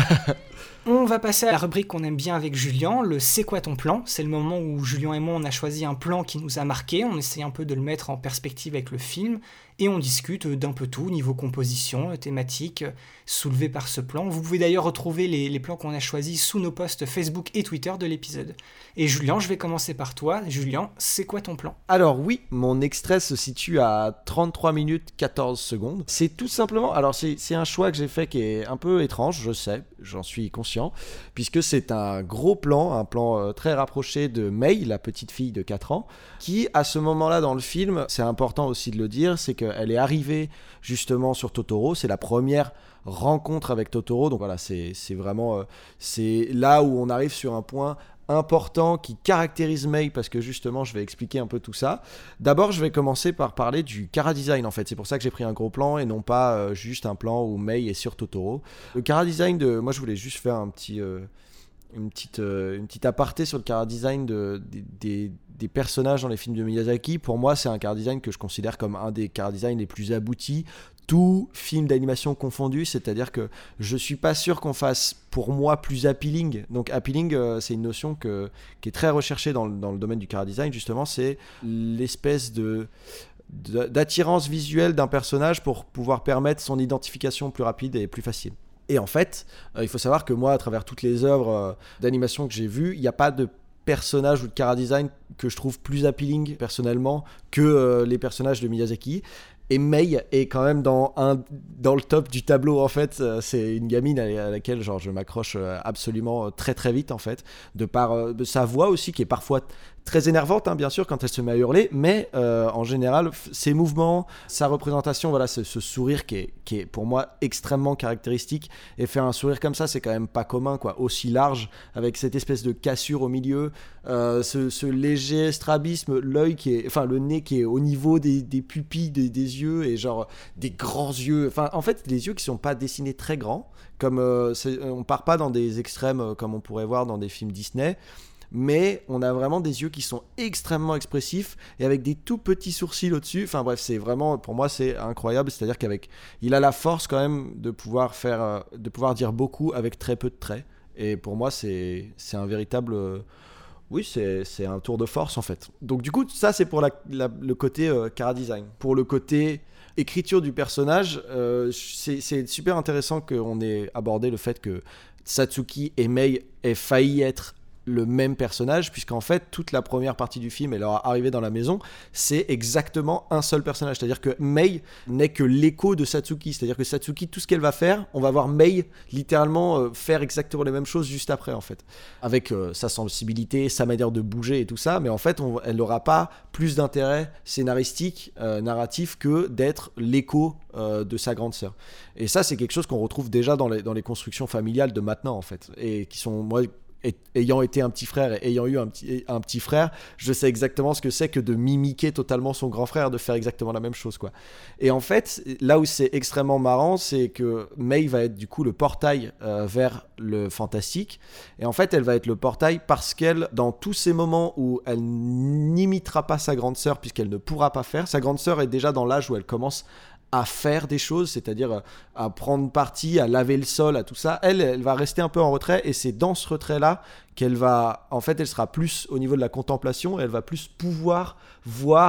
On va passer à la rubrique qu'on aime bien avec Julien, le « C'est quoi ton plan ?» C'est le moment où Julien et moi on a choisi un plan qui nous a marqué, on essaie un peu de le mettre en perspective avec le film, et on discute d'un peu tout, niveau composition, thématique, soulevé par ce plan. Vous pouvez d'ailleurs retrouver les, les plans qu'on a choisis sous nos posts Facebook et Twitter de l'épisode. Et Julien, je vais commencer par toi. Julien, c'est quoi ton plan ? Alors oui, mon extrait se situe à trente-trois minutes quatorze secondes. C'est tout simplement... Alors c'est, c'est un choix que j'ai fait qui est un peu étrange, je sais, j'en suis conscient, puisque c'est un gros plan, un plan euh, très rapproché de Mei, la petite fille de quatre ans, qui, à ce moment-là dans le film, c'est important aussi de le dire, c'est qu'elle est arrivée justement sur Totoro, c'est la première rencontre avec Totoro, donc voilà, c'est, c'est vraiment... Euh, c'est là où on arrive sur un point important qui caractérise Mei, parce que justement je vais expliquer un peu tout ça. D'abord je vais commencer par parler du chara-design en fait, c'est pour ça que j'ai pris un gros plan et non pas euh, juste un plan où Mei est sur Totoro. Le chara-design de... Moi je voulais juste faire un petit... Euh... Une petite, euh, une petite aparté sur le chara-design de, de, des, des personnages dans les films de Miyazaki. Pour moi, c'est un chara-design que je considère comme un des chara-design les plus aboutis, tout film d'animation confondu, c'est-à-dire que je suis pas sûr qu'on fasse, pour moi, plus appealing. Donc appealing, euh, c'est une notion que, qui est très recherchée dans le, dans le domaine du chara-design, justement, c'est l'espèce de... d'attirance visuelle d'un personnage pour pouvoir permettre son identification plus rapide et plus facile. Et en fait, euh, il faut savoir que moi, à travers toutes les œuvres euh, d'animation que j'ai vues, il n'y a pas de personnage ou de chara-design que je trouve plus appealing personnellement que euh, les personnages de Miyazaki. Et Mei est quand même dans, un, dans le top du tableau en fait. Euh, c'est une gamine à, à laquelle genre, je m'accroche euh, absolument euh, très très vite en fait, de par euh, de sa voix aussi qui est parfois très énervante hein, bien sûr quand elle se met à hurler, mais euh, en général f- ses mouvements, sa représentation, voilà, ce, ce sourire qui est, qui est pour moi extrêmement caractéristique, et faire un sourire comme ça c'est quand même pas commun quoi, aussi large avec cette espèce de cassure au milieu, euh, ce, ce léger strabisme, l'œil qui est, enfin le nez qui est au niveau des, des pupilles des, des yeux et genre des grands yeux, enfin en fait les yeux qui sont pas dessinés très grands comme euh, c'est, on part pas dans des extrêmes euh, comme on pourrait voir dans des films Disney, mais on a vraiment des yeux qui sont extrêmement expressifs et avec des tout petits sourcils au-dessus. Enfin bref, c'est vraiment, pour moi, c'est incroyable. C'est-à-dire qu'avec, il a la force quand même de pouvoir faire, de pouvoir dire beaucoup avec très peu de traits. Et pour moi, c'est, c'est un véritable, oui, c'est, c'est un tour de force en fait. Donc du coup, ça c'est pour la, la, le côté euh, chara-design. Pour le côté écriture du personnage, euh, c'est, c'est super intéressant qu'on ait abordé le fait que Satsuki et Mei aient failli être le même personnage, puisqu'en fait toute la première partie du film et leur arrivée dans la maison c'est exactement un seul personnage, c'est à dire que Mei n'est que l'écho de Satsuki, c'est à dire que Satsuki, tout ce qu'elle va faire, on va voir Mei littéralement euh, faire exactement les mêmes choses juste après en fait, avec euh, sa sensibilité, sa manière de bouger et tout ça, mais en fait on, elle n'aura pas plus d'intérêt scénaristique, euh, narratif que d'être l'écho euh, de sa grande sœur, et ça c'est quelque chose qu'on retrouve déjà dans les, dans les constructions familiales de maintenant en fait, et qui sont, moi Et, ayant été un petit frère et ayant eu un petit, un petit frère, je sais exactement ce que c'est que de mimiquer totalement son grand frère, de faire exactement la même chose, quoi. Et en fait, là où c'est extrêmement marrant, c'est que Mei va être du coup le portail euh, vers le fantastique. Et en fait, elle va être le portail parce qu'elle, dans tous ces moments où elle n'imitera pas sa grande sœur, puisqu'elle ne pourra pas faire, sa grande sœur est déjà dans l'âge où elle commence à faire des choses, c'est-à-dire à prendre parti, à laver le sol, à tout ça. Elle, elle va rester un peu en retrait, et c'est dans ce retrait-là qu'elle va, en fait, elle sera plus au niveau de la contemplation, elle va plus pouvoir voir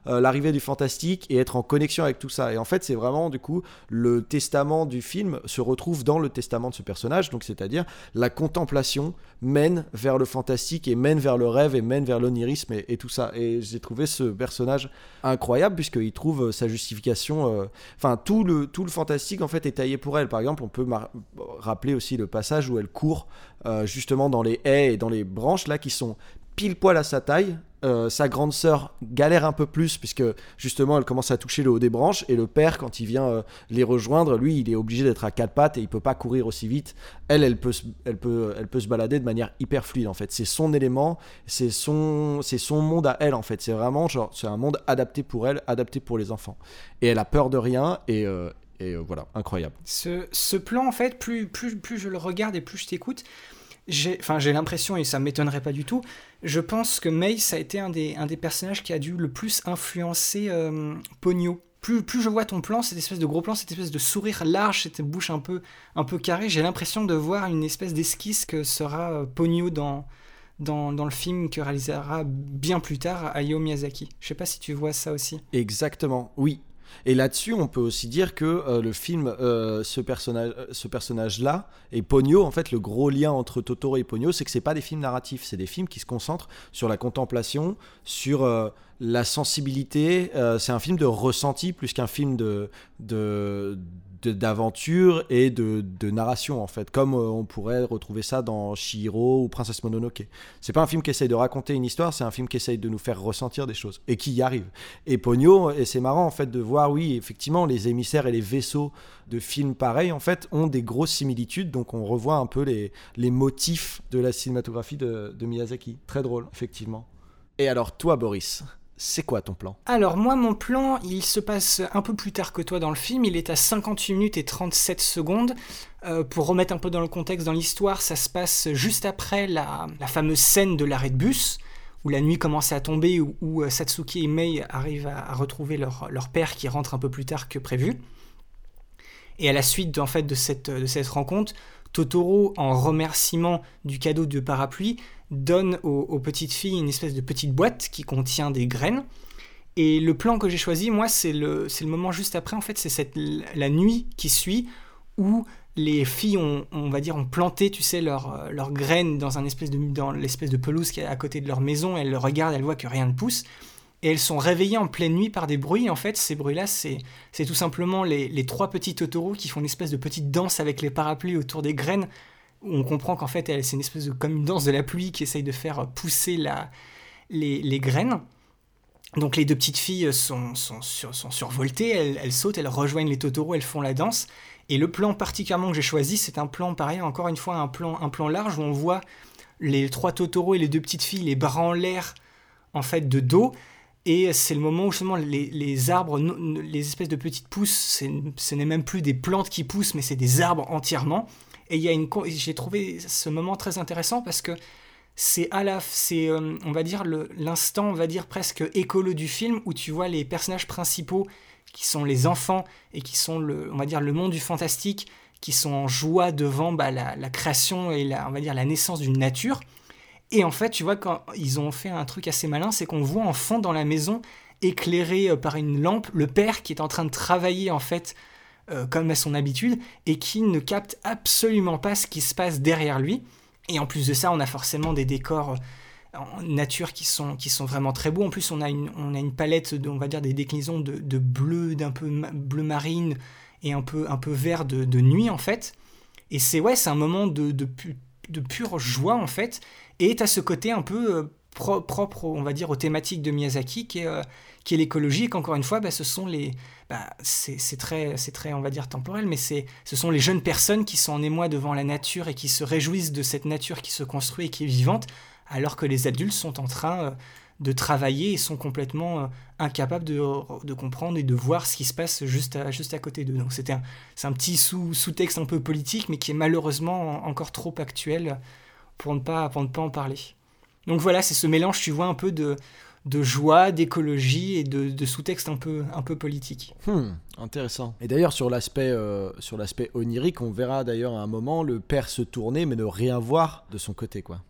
euh, l'arrivée du fantastique et être en connexion avec tout ça. Et en fait, c'est vraiment, du coup, le testament du film se retrouve dans le testament de ce personnage, donc c'est-à-dire la contemplation mène vers le fantastique et mène vers le rêve et mène vers l'onirisme et, et tout ça. Et j'ai trouvé ce personnage incroyable puisqu'il trouve sa justification... Enfin, euh, tout, le, tout le fantastique, en fait, est taillé pour elle. Par exemple, on peut mar- rappeler aussi le passage où elle court euh, justement dans les haies et dans les branches, là, qui sont pile poil à sa taille. Euh, sa grande sœur galère un peu plus puisque justement elle commence à toucher le haut des branches et le père quand il vient euh, les rejoindre, lui il est obligé d'être à quatre pattes et il peut pas courir aussi vite. Elle, elle peut, elle peut, elle peut se balader de manière hyper fluide en fait. C'est son élément, c'est son, c'est son monde à elle en fait. C'est vraiment genre, c'est un monde adapté pour elle, adapté pour les enfants. Et elle a peur de rien et euh, et euh, voilà, incroyable. Ce, ce plan en fait, plus plus plus je le regarde et plus je t'écoute. J'ai, enfin, j'ai l'impression, et ça ne m'étonnerait pas du tout, je pense que Mace a été un des, un des personnages qui a dû le plus influencer euh, Ponyo. Plus, plus je vois ton plan, cette espèce de gros plan, cette espèce de sourire large, cette bouche un peu, un peu carrée, j'ai l'impression de voir une espèce d'esquisse que sera euh, Ponyo dans, dans, dans le film que réalisera bien plus tard Hayao Miyazaki. Je ne sais pas si tu vois ça aussi. Exactement, oui. Et là-dessus, on peut aussi dire que euh, le film, euh, ce, personnage, ce personnage-là, et Ponyo, en fait, le gros lien entre Totoro et Ponyo, c'est que c'est pas des films narratifs, c'est des films qui se concentrent sur la contemplation, sur euh, la sensibilité. Euh, c'est un film de ressenti plus qu'un film de, de, de, d'aventure et de, de narration, en fait, comme euh, on pourrait retrouver ça dans Chihiro ou Princesse Mononoke. C'est pas un film qui essaye de raconter une histoire, c'est un film qui essaye de nous faire ressentir des choses, et qui y arrive. Et Ponyo, et c'est marrant, en fait, de voir, oui, effectivement, les émissaires et les vaisseaux de films pareils, en fait, ont des grosses similitudes, donc on revoit un peu les, les motifs de la cinématographie de, de Miyazaki. Très drôle, effectivement. Et alors, toi, Boris, c'est quoi ton plan ? Alors moi, mon plan, il se passe un peu plus tard que toi dans le film. Il est à cinquante-huit minutes et trente-sept secondes. Euh, pour remettre un peu dans le contexte, dans l'histoire, ça se passe juste après la, la fameuse scène de l'arrêt de bus, où la nuit commence à tomber, où, où Satsuki et Mei arrivent à, à retrouver leur, leur père qui rentre un peu plus tard que prévu. Et à la suite de, en fait, de, cette, de cette rencontre, Totoro, en remerciement du cadeau de parapluie, donne aux, aux petites filles une espèce de petite boîte qui contient des graines. Et le plan que j'ai choisi, moi, c'est le, c'est le moment juste après, en fait, c'est cette, la nuit qui suit, où les filles ont, on va dire, ont planté, tu sais, leurs leurs graines dans, un espèce de, dans l'espèce de pelouse qui est à côté de leur maison. Elles le regardent, elles voient que rien ne pousse. Et elles sont réveillées en pleine nuit par des bruits. En fait, ces bruits-là, c'est, c'est tout simplement les, les trois petits Totoro qui font une espèce de petite danse avec les parapluies autour des graines. Où on comprend qu'en fait, c'est une espèce de, comme une danse de la pluie qui essaye de faire pousser la, les, les graines. Donc les deux petites filles sont, sont, sur, sont survoltées, elles, elles sautent, elles rejoignent les Totoro, elles font la danse. Et le plan particulièrement que j'ai choisi, c'est un plan pareil, encore une fois, un plan, un plan large où on voit les trois Totoro et les deux petites filles, les bras en l'air, en fait, de dos. Et c'est le moment où justement les, les arbres, les espèces de petites pousses, c'est, ce n'est même plus des plantes qui poussent, mais c'est des arbres entièrement. Et il y a une, j'ai trouvé ce moment très intéressant parce que c'est à la, c'est, euh, on va dire le, l'instant, on va dire presque écolo du film où tu vois les personnages principaux qui sont les enfants et qui sont le, on va dire le monde du fantastique, qui sont en joie devant bah, la, la création et la, on va dire la naissance d'une nature. Et en fait, tu vois, quand ils ont fait un truc assez malin, c'est qu'on voit en fond dans la maison, éclairé par une lampe, le père qui est en train de travailler en fait, euh, comme à son habitude, et qui ne capte absolument pas ce qui se passe derrière lui. Et en plus de ça, on a forcément des décors en nature qui sont, qui sont vraiment très beaux. En plus, on a une, on a une palette, de, on va dire des déclinaisons de, de bleu, d'un peu ma- bleu marine et un peu, un peu vert de, de nuit en fait. Et c'est, ouais, c'est un moment de, de, pu, de pure joie en fait. Et tu as ce côté un peu euh, pro- propre, on va dire, aux thématiques de Miyazaki, qui est, euh, qui est l'écologie, et qu'encore une fois, bah, ce sont les... Bah, c'est, c'est, très, c'est très, on va dire, temporel, mais c'est, ce sont les jeunes personnes qui sont en émoi devant la nature et qui se réjouissent de cette nature qui se construit et qui est vivante, alors que les adultes sont en train euh, de travailler et sont complètement euh, incapables de, de comprendre et de voir ce qui se passe juste à, juste à côté d'eux. Donc c'était un, c'est un petit sous, sous-texte un peu politique, mais qui est malheureusement encore trop actuel pour ne pas, pour ne pas en parler. Donc voilà, c'est ce mélange, tu vois, un peu de, de joie, d'écologie et de, de sous-texte un peu, un peu politique. Hmm, intéressant. Et d'ailleurs, sur l'aspect, euh, sur l'aspect onirique, on verra d'ailleurs à un moment le père se tourner mais ne rien voir de son côté, quoi.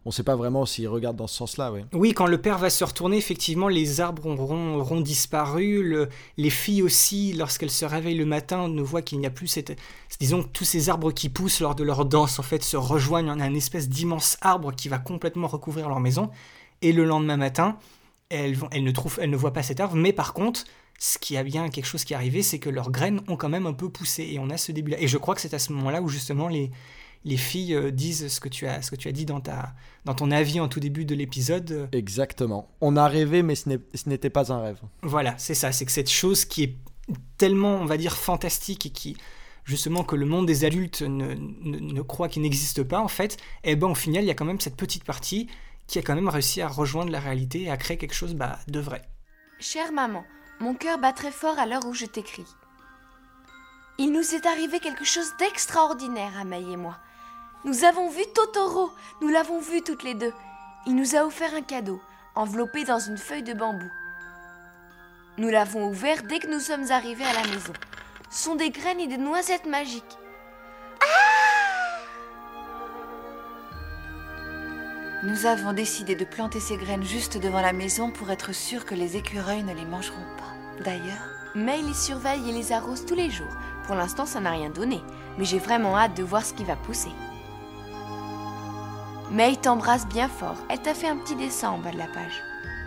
On sait pas vraiment s'il regarde dans ce sens-là, ouais. Oui, quand le père va se retourner, effectivement, les arbres auront, auront disparu. Le, les filles aussi, lorsqu'elles se réveillent le matin, ne voient qu'il n'y a plus cette... Disons que tous ces arbres qui poussent lors de leur danse, en fait, se rejoignent en un espèce d'immense arbre qui va complètement recouvrir leur maison. Et le lendemain matin, elles, vont, elles, ne, trouvent, elles ne voient pas cet arbre, mais par contre... Ce qui a bien quelque chose qui est arrivé, c'est que leurs graines ont quand même un peu poussé, et on a ce début-là. Et je crois que c'est à ce moment-là où justement les, les filles euh, disent ce que tu as, ce que tu as dit dans, ta, dans ton avis en tout début de l'épisode. Exactement. On a rêvé, mais ce, n'est, ce n'était pas un rêve. Voilà, c'est ça. C'est que cette chose qui est tellement, on va dire, fantastique et qui, justement, que le monde des adultes ne, ne, ne croit qu'il n'existe pas, en fait, eh ben, au final, il y a quand même cette petite partie qui a quand même réussi à rejoindre la réalité et à créer quelque chose bah, de vrai. Chère maman, mon cœur bat très fort à l'heure où je t'écris. Il nous est arrivé quelque chose d'extraordinaire à May et moi. Nous avons vu Totoro, nous l'avons vu toutes les deux. Il nous a offert un cadeau, enveloppé dans une feuille de bambou. Nous l'avons ouvert dès que nous sommes arrivés à la maison. Ce sont des graines et des noisettes magiques. Nous avons décidé de planter ces graines juste devant la maison pour être sûrs que les écureuils ne les mangeront pas. D'ailleurs, May les surveille et les arrose tous les jours. Pour l'instant, ça n'a rien donné, mais j'ai vraiment hâte de voir ce qui va pousser. May t'embrasse bien fort. Elle t'a fait un petit dessin en bas de la page.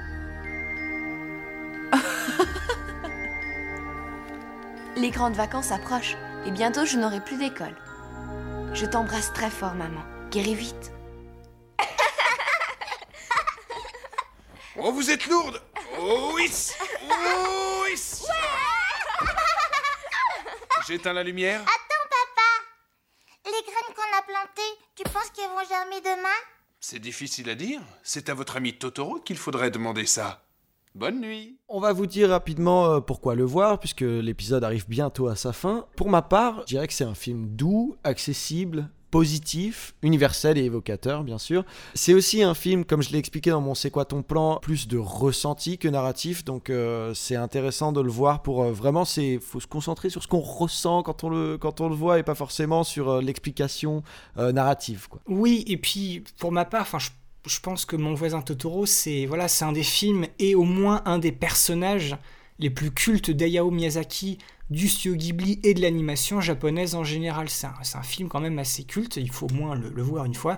Les grandes vacances approchent et bientôt je n'aurai plus d'école. Je t'embrasse très fort, maman. Guéris vite. Oh, vous êtes lourde. Oh, oui. Oh, oui. J'éteins la lumière. Attends, papa. Les graines qu'on a plantées, tu penses qu'elles vont germer demain? C'est difficile à dire. C'est à votre ami Totoro qu'il faudrait demander ça. Bonne nuit. On va vous dire rapidement euh, pourquoi le voir, puisque l'épisode arrive bientôt à sa fin. Pour ma part, je dirais que c'est un film doux, accessible, positif, universel et évocateur, bien sûr. C'est aussi un film, comme je l'ai expliqué dans mon C'est quoi ton plan, plus de ressenti que narratif, donc euh, c'est intéressant de le voir pour euh, vraiment, c'est faut se concentrer sur ce qu'on ressent quand on le, quand on le voit et pas forcément sur euh, l'explication euh, narrative, quoi. Oui, et puis pour ma part, enfin, je Je pense que Mon voisin Totoro, c'est, voilà, c'est un des films et au moins un des personnages les plus cultes d'Hayao Miyazaki, du studio Ghibli et de l'animation japonaise en général. C'est un, c'est un film quand même assez culte, il faut au moins le, le voir une fois.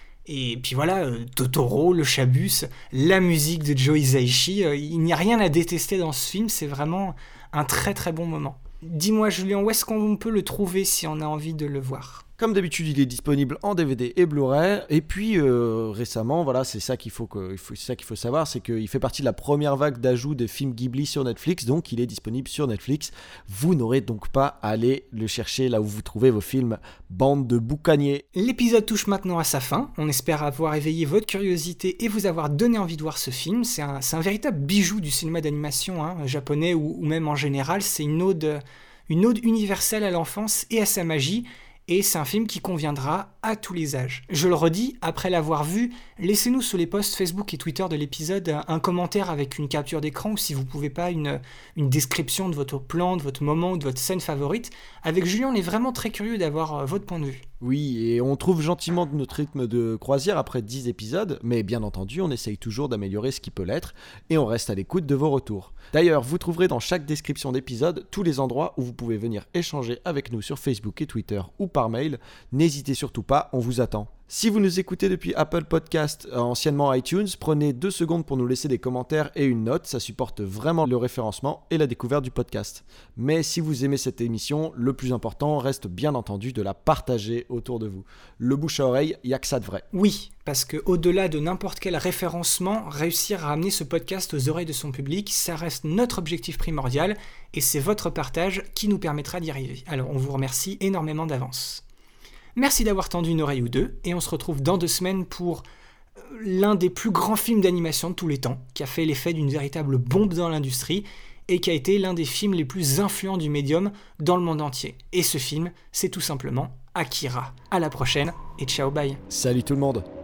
Et puis voilà, euh, Totoro, le Chabus, la musique de Joe Hisaishi, euh, il n'y a rien à détester dans ce film, c'est vraiment un très très bon moment. Dis-moi Julien, où est-ce qu'on peut le trouver si on a envie de le voir ? Comme d'habitude, il est disponible en D V D et Blu-ray. Et puis euh, récemment, voilà, c'est ça qu'il faut que, c'est ça qu'il faut savoir, c'est qu'il fait partie de la première vague d'ajout des films Ghibli sur Netflix, donc il est disponible sur Netflix. Vous n'aurez donc pas à aller le chercher là où vous trouvez vos films, bande de boucaniers. L'épisode touche maintenant à sa fin. On espère avoir éveillé votre curiosité et vous avoir donné envie de voir ce film. C'est un, c'est un véritable bijou du cinéma d'animation hein, japonais ou, ou même en général. C'est une ode, une ode universelle à l'enfance et à sa magie. Et c'est un film qui conviendra à tous les âges. Je le redis, après l'avoir vu, laissez-nous sous les posts Facebook et Twitter de l'épisode un commentaire avec une capture d'écran ou si vous pouvez pas, une, une description de votre plan, de votre moment ou de votre scène favorite. Avec Julien, on est vraiment très curieux d'avoir votre point de vue. Oui, et on trouve gentiment notre rythme de croisière après dix épisodes, mais bien entendu, on essaye toujours d'améliorer ce qui peut l'être, et on reste à l'écoute de vos retours. D'ailleurs, vous trouverez dans chaque description d'épisode tous les endroits où vous pouvez venir échanger avec nous sur Facebook et Twitter ou par mail. N'hésitez surtout pas, on vous attend. Si vous nous écoutez depuis Apple Podcast, euh, anciennement iTunes, prenez deux secondes pour nous laisser des commentaires et une note, ça supporte vraiment le référencement et la découverte du podcast. Mais si vous aimez cette émission, le plus important reste bien entendu de la partager autour de vous. Le bouche à oreille, il n'y a que ça de vrai. Oui, parce qu'au-delà de n'importe quel référencement, réussir à amener ce podcast aux oreilles de son public, ça reste notre objectif primordial et c'est votre partage qui nous permettra d'y arriver. Alors on vous remercie énormément d'avance. Merci d'avoir tendu une oreille ou deux, et on se retrouve dans deux semaines pour l'un des plus grands films d'animation de tous les temps, qui a fait l'effet d'une véritable bombe dans l'industrie, et qui a été l'un des films les plus influents du médium dans le monde entier. Et ce film, c'est tout simplement Akira. À la prochaine, et ciao bye. Salut tout le monde.